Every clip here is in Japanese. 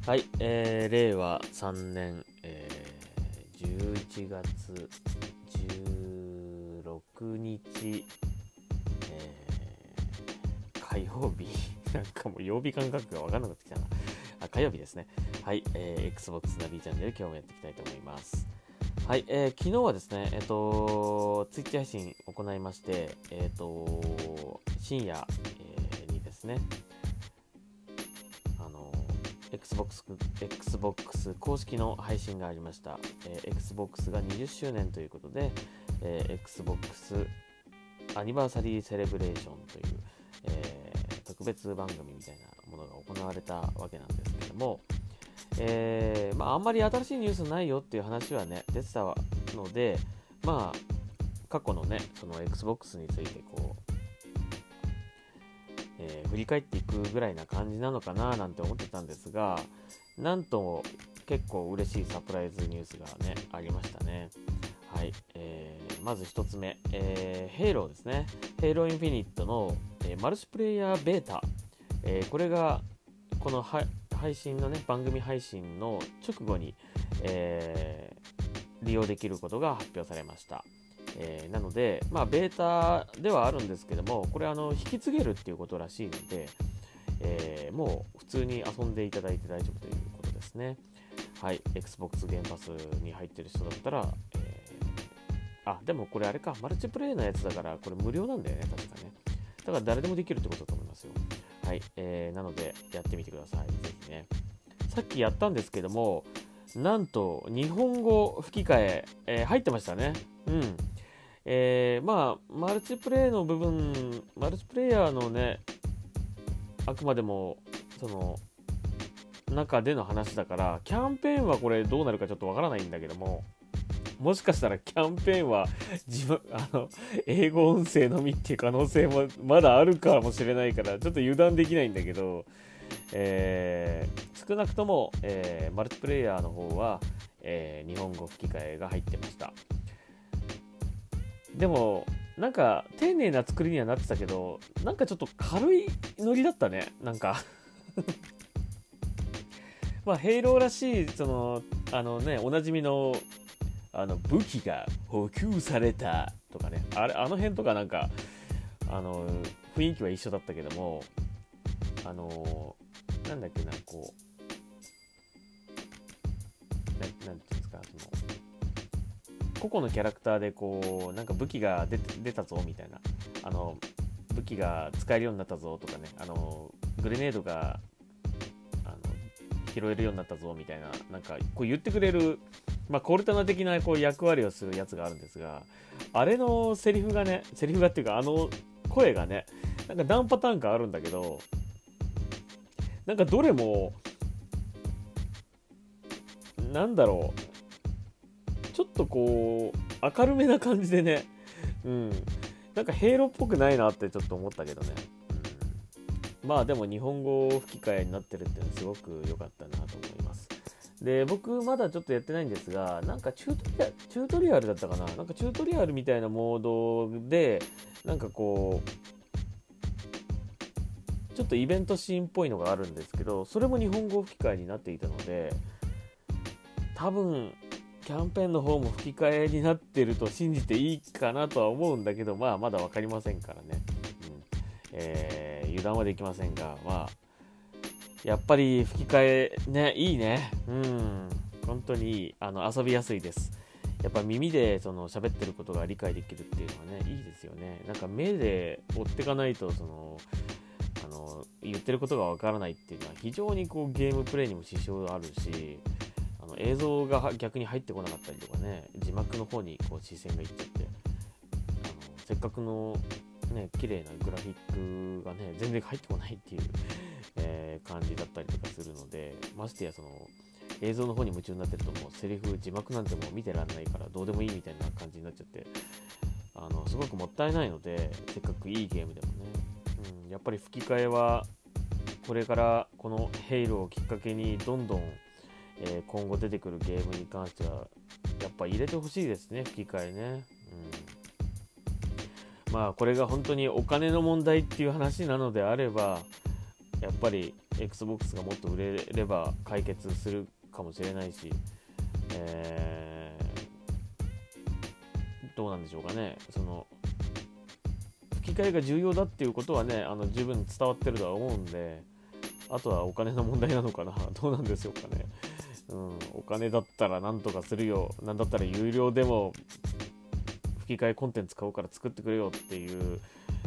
はい、令和3年、11月16日、火曜日なんかもう曜日感覚が分かんなくなってきたな。火曜日ですね。はい、Xbox ナビチャンネル今日もやっていきたいと思います。はい、昨日はですね、Twitch 配信行いまして、深夜、にですね、Xbox 公式の配信がありました。Xbox が20周年ということで、Xbox アニバーサリーセレブレーションという、特別番組みたいなものが行われたわけなんですけども、あんまり新しいニュースないよっていう話はね出てたので、過去のねその Xbox について振り返っていくぐらいな感じなのかななんて思ってたんですが、なんと結構嬉しいサプライズニュースがねありましたね。はい、まず一つ目、ヘイローですね。ヘイローインフィニットの、マルチプレイヤーベータ、これがこの配信のね番組配信の直後に、利用できることが発表されました。なので、ベータではあるんですけども、これ引き継げるっていうことらしいので、もう普通に遊んでいただいて大丈夫ということですね。はい、Xbox ゲームパスに入ってる人だったら、でもこれあれか、マルチプレイのやつだからこれ無料なんだよね、確かね。だから誰でもできるってことだと思いますよ。はい、なのでやってみてください、ぜひね。さっきやったんですけども、なんと日本語吹き替え、入ってましたね。マルチプレイの部分、マルチプレイヤーのね、あくまでもその中での話だから、キャンペーンはこれどうなるかちょっとわからないんだけども、もしかしたらキャンペーンは英語音声のみっていう可能性もまだあるかもしれないから、ちょっと油断できないんだけど、少なくとも、マルチプレイヤーの方は、日本語吹き替えが入ってました。でもなんか丁寧な作りにはなってたけど、なんかちょっと軽いノリだったね、なんかヘイローらしいおなじみの武器が補給されたとかね、あの辺とかなんか雰囲気は一緒だったけども、なんだっけな、なんていうんですか、個々のキャラクターでなんか武器が出たぞみたいな、武器が使えるようになったぞとかね、グレネードが拾えるようになったぞみたいな、なんか言ってくれる、コルタナ的な役割をするやつがあるんですが、あれのセリフがっていうか声がね、なんか何パターンかあるんだけど、なんかどれもなんだろう、ちょっと明るめな感じでね、なんかヘイローっぽくないなってちょっと思ったけどね。でも日本語吹き替えになってるっていうのはすごく良かったなと思います。で、僕まだちょっとやってないんですが、なんかチュートリアルだったかな、なんかチュートリアルみたいなモードで、なんかちょっとイベントシーンっぽいのがあるんですけど、それも日本語吹き替えになっていたので、多分キャンペーンの方も吹き替えになってると信じていいかなとは思うんだけど、まだ分かりませんからね。油断はできませんが、やっぱり吹き替えね、いいね。本当にいい。遊びやすいです。やっぱ耳で喋ってることが理解できるっていうのはね、いいですよね。なんか目で追っていかないと言ってることがわからないっていうのは非常にゲームプレイにも支障があるし、映像が逆に入ってこなかったりとかね、字幕の方に視線がいっちゃって、せっかくのね綺麗なグラフィックがね全然入ってこないっていう、感じだったりとかするので、ましてや映像の方に夢中になってると、もうセリフ字幕なんてもう見てらんないからどうでもいいみたいな感じになっちゃって、すごくもったいないので、せっかくいいゲームでもね、やっぱり吹き替えはこれからこのヘイローをきっかけにどんどん、今後出てくるゲームに関してはやっぱ入れてほしいですね、吹き替えね。これが本当にお金の問題っていう話なのであれば、やっぱり Xbox がもっと売れれば解決するかもしれないし、どうなんでしょうかね。その吹き替えが重要だっていうことはね、十分伝わってるとは思うんで、あとはお金の問題なのかな。どうなんでしょうかね。お金だったらなんとかするよ。なんだったら有料でも吹き替えコンテンツ買うから作ってくれよっていう、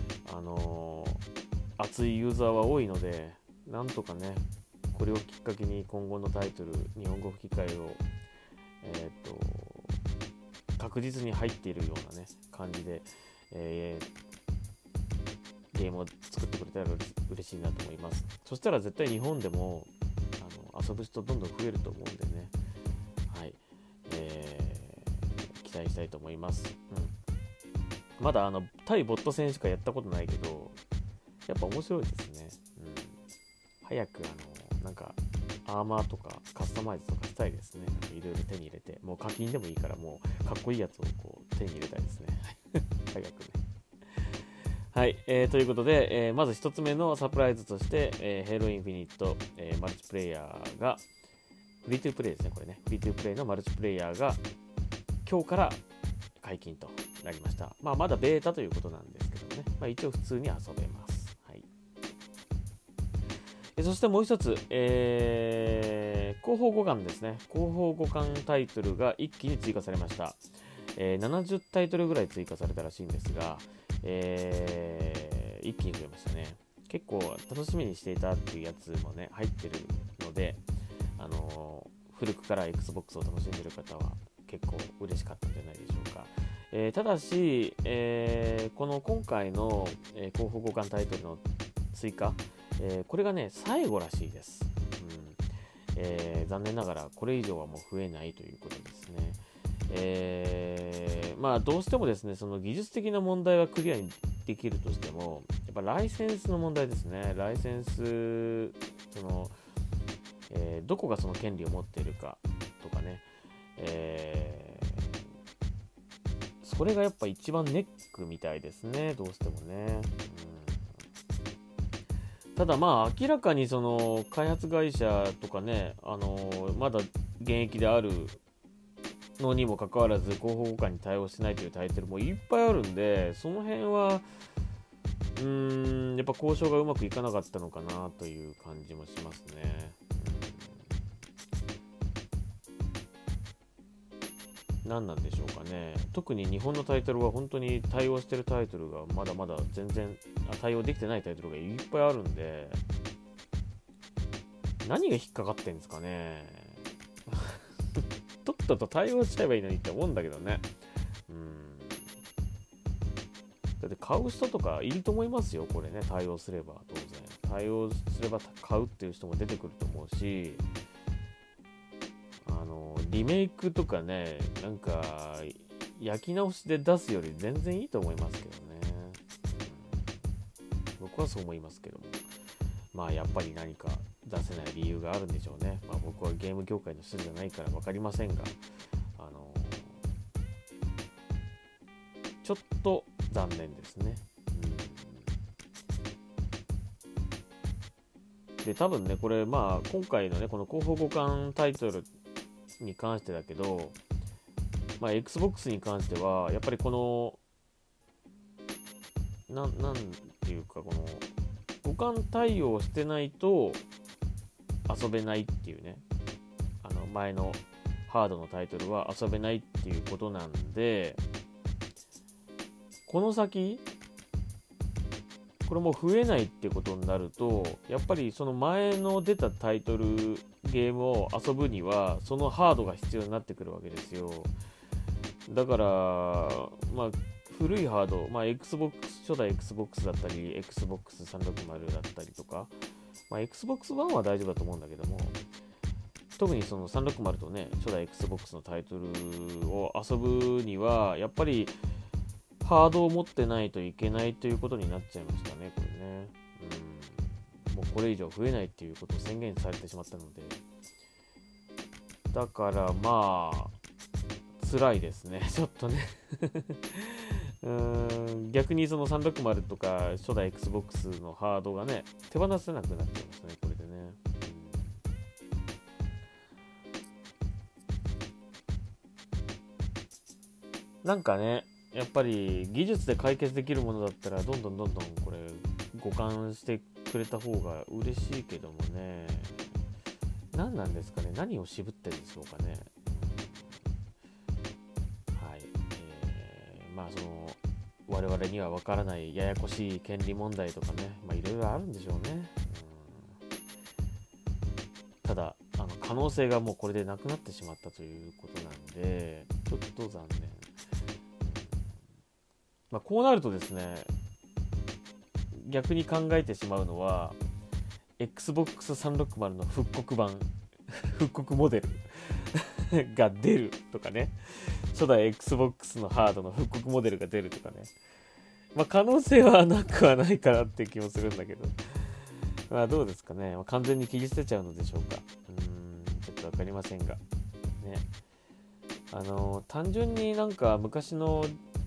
熱いユーザーは多いので、なんとかね、これをきっかけに今後のタイトル、日本語吹き替えを、確実に入っているようなね、感じで、ゲームを作ってくれたら嬉しいなと思います。そしたら絶対日本でも遊ぶ人どんどん増えると思うんでね、はい、期待したいと思います。まだ対ボット戦しかやったことないけど、やっぱ面白いですね。早くなんかアーマーとかカスタマイズとかしたいですね。いろいろ手に入れて、もう課金でもいいから、もうかっこいいやつをこう手に入れたいですね。早くね。はい、ということで、まず一つ目のサプライズとして、ヘイロインフィニット、マルチプレイヤーがフリートゥープレイですね。これね、フリートゥープレイのマルチプレイヤーが今日から解禁となりました。まだベータということなんですけどもね、一応普通に遊べます。はい。そしてもう一つ、広報互換ですね。広報互換タイトルが一気に追加されました。70タイトルぐらい追加されたらしいんですが、一気に増えましたね。結構楽しみにしていたっていうやつもね入ってるので、古くから Xbox を楽しんでいる方は結構嬉しかったんじゃないでしょうか。ただし、この今回の、広報互換タイトルの追加、これがね最後らしいです。残念ながらこれ以上はもう増えないということですね。どうしてもですね、その技術的な問題はクリアにできるとしても、やっぱライセンスの問題ですね。ライセンス、どこがその権利を持っているかとかね、それがやっぱ一番ネックみたいですね、どうしてもね。ただ明らかにその開発会社とかね、まだ現役であるのにもかかわらず広報互換に対応してないというタイトルもいっぱいあるんで、その辺はやっぱ交渉がうまくいかなかったのかなという感じもしますね。何なんでしょうかね。特に日本のタイトルは本当に対応してるタイトルがまだまだ全然対応できてないタイトルがいっぱいあるんで、何が引っかかってんですかね。とっとと対応しちゃえばいいのにって思うんだけどね。だって買う人とかいると思いますよ、これね、対応すれば。当然対応すれば買うっていう人も出てくると思うし、リメイクとかね、なんか焼き直しで出すより全然いいと思いますけどね。僕はそう思いますけども、やっぱり何か出せない理由があるんでしょうね。僕はゲーム業界の人じゃないから分かりませんが、ちょっと残念ですね。で多分ねこれ今回のねこの広報互換タイトルに関してだけど、Xbox に関してはやっぱりこのなんていうか、この互換対応してないと遊べないっていうね、前のハードのタイトルは遊べないっていうことなんで、この先これも増えないってことになると、やっぱりその前の出たタイトルゲームを遊ぶにはそのハードが必要になってくるわけですよ。だから古いハード、Xbox 初代 Xbox だったり Xbox360 だったりとか、Xbox One は大丈夫だと思うんだけども、特にその360とね初代 Xbox のタイトルを遊ぶにはやっぱりハードを持ってないといけないということになっちゃいましたね、これね。もうこれ以上増えないっていうことを宣言されてしまったので、だから辛いですね、ちょっとね。逆にその360とか初代 Xbox のハードがね手放せなくなっちゃいましたね、これでね。 なんかね、やっぱり技術で解決できるものだったらどんどんこれ互換してくれた方が嬉しいけどもね。何なんですかね、何を渋ってるんでしょうかね。はい、まあその我々には分からないややこしい権利問題とかね、まあいろいろあるんでしょうね。ただ可能性がもうこれでなくなってしまったということなんで、ちょっと残念。まあ、こうなるとですね、逆に考えてしまうのは Xbox360 の復刻版復刻モデルが出るとかね、初代 Xbox のハードの復刻モデルが出るとかね、まあ可能性はなくはないかなって気もするんだけど、まあどうですかね、まあ、完全に切り捨てちゃうのでしょうか。ちょっとわかりませんがね。単純になんか昔の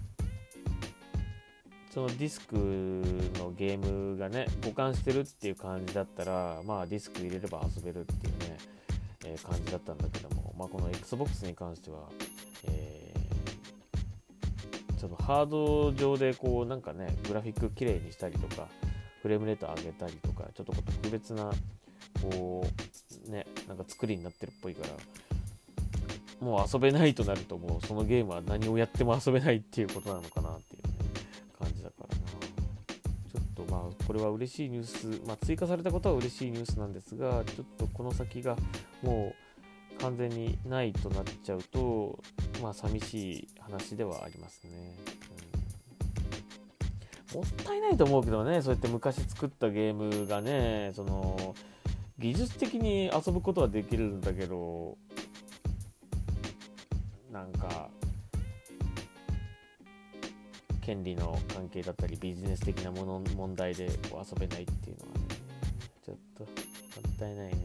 そのディスクのゲームがね互換してるっていう感じだったら、まあディスク入れれば遊べるっていうね、感じだったんだけども、まあ、この Xbox に関しては、そのハード上でこうなんかねグラフィック綺麗にしたりとかフレームレート上げたりとか、ちょっと特別なこうねなんか作りになってるっぽいから、もう遊べないとなるともうそのゲームは何をやっても遊べないっていうことなのかなっていう、ね、感じだからな。ちょっとまあこれは嬉しいニュース、まあ、追加されたことは嬉しいニュースなんですが、ちょっとこの先がもう完全にないとなっちゃうと、まあ寂しい話ではありますね。もったいないと思うけどね、そうやって昔作ったゲームがね、その技術的に遊ぶことはできるんだけど、なんか権利の関係だったりビジネス的な問題でこう遊べないっていうのはね、ちょっともったいないね。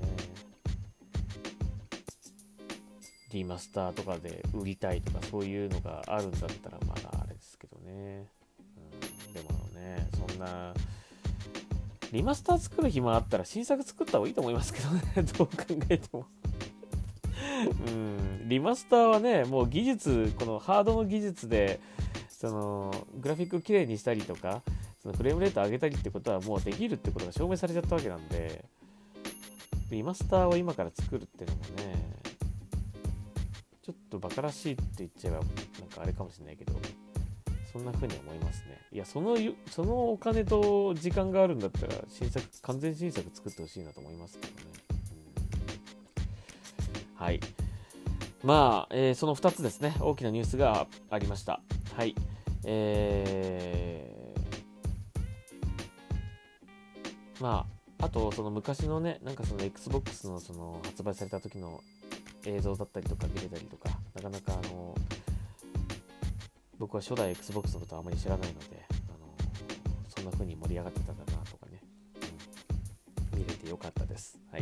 リマスターとかで売りたいとかそういうのがあるんだったらまだあれですけどね。でもね、そんなリマスター作る暇あったら新作作った方がいいと思いますけどねどう考えてもリマスターはね、もう技術、このハードの技術でそのグラフィックをきれいにしたりとか、そのフレームレート上げたりってことはもうできるってことが証明されちゃったわけなんで、リマスターを今から作るっていうのもね、ちょっとバカらしいって言っちゃえばなんかあれかもしれないけど、そんな風に思いますね。いや、そのお金と時間があるんだったら完全新作作ってほしいなと思いますけどね。はい。まあ、その2つですね、大きなニュースがありました。はい。まあ、あと、その昔のね、なんかその Xbox のその発売された時の映像だったりとか見れたりとか、なかなか僕は初代 Xbox のことはあまり知らないので、そんな風に盛り上がってたんだなとかね、見れてよかったです。はい。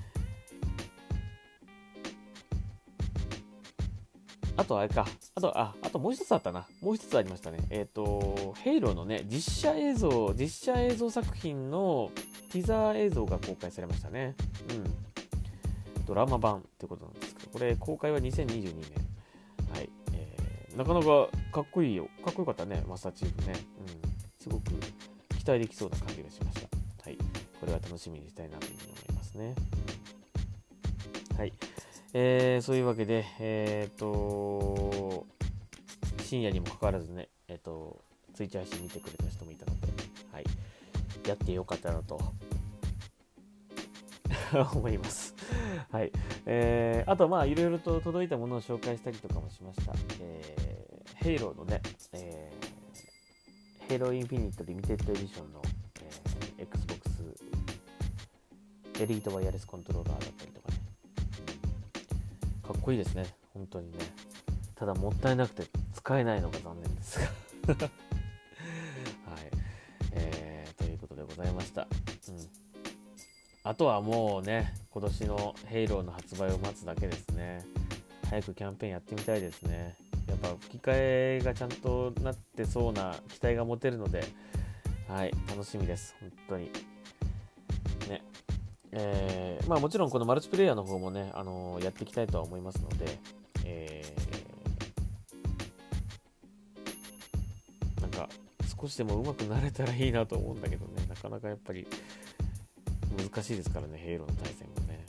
あとあれか、あともう一つあったな。もう一つありましたね。ヘイローのね、実写映像作品のティザー映像が公開されましたね。ドラマ版ってことなんですけど、これ公開は2022年。はい。なかなかかっこいいよ。かっこよかったね、マスターチーフね。すごく期待できそうな感じがしました。はい。これは楽しみにしたいなというふうに思いますね。はい。そういうわけで、深夜にもかかわらずね、ツイッチ配信見てくれた人もいたので、はい。やってよかったなと思います。はい。あと、まあ、いろいろと届いたものを紹介したりとかもしました。ヘイローのね、ヘイローインフィニットリミテッドエディションの、Xbox エリートワイヤレスコントローラーだったりとかね。かっこいいですね。本当にね。ただもったいなくて使えないのが残念ですが。はい。ということでございました。あとはもうね、今年のヘイローの発売を待つだけですね。早くキャンペーンやってみたいですね。やっぱ吹き替えがちゃんとなってそうな期待が持てるので、はい、楽しみです。本当に。ね。まあもちろんこのマルチプレイヤーの方もね、やっていきたいとは思いますので、 か少しでも上手くなれたらいいなと思うんだけどね、なかなかやっぱり難しいですからね、ヘイローの対戦もね。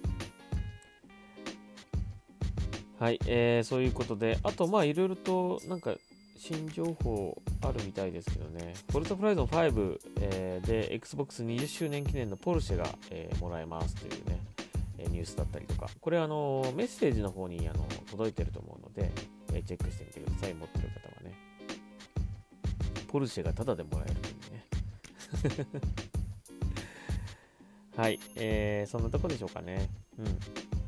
はい、そういうことで、あといろいろとなんか新情報あるみたいですけどね、フォルツァホライゾン5、で Xbox20 周年記念のポルシェが、もらえますというね、ニュースだったりとか、これメッセージの方に届いてると思うので、チェックしてみてください、持ってる方はね。ポルシェがタダでもらえるというね。はい、そんなとこでしょうかね。うん。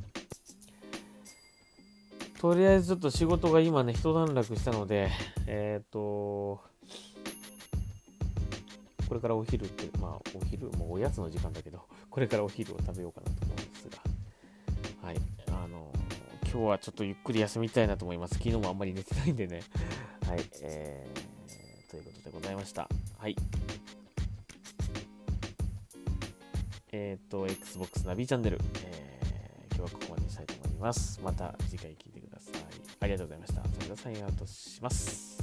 とりあえずちょっと仕事が今ね、一段落したので、これからお昼って、お昼、もうおやつの時間だけど、これからお昼を食べようかなと思うんですが、はい、今日はちょっとゆっくり休みたいなと思います。昨日もあんまり寝てないんでね。はい、ということでございました。はい。Xbox ナビチャンネル、今日はここまでにしたいと思います。また次回聞いてください。ありがとうございました。それではサインアウトします。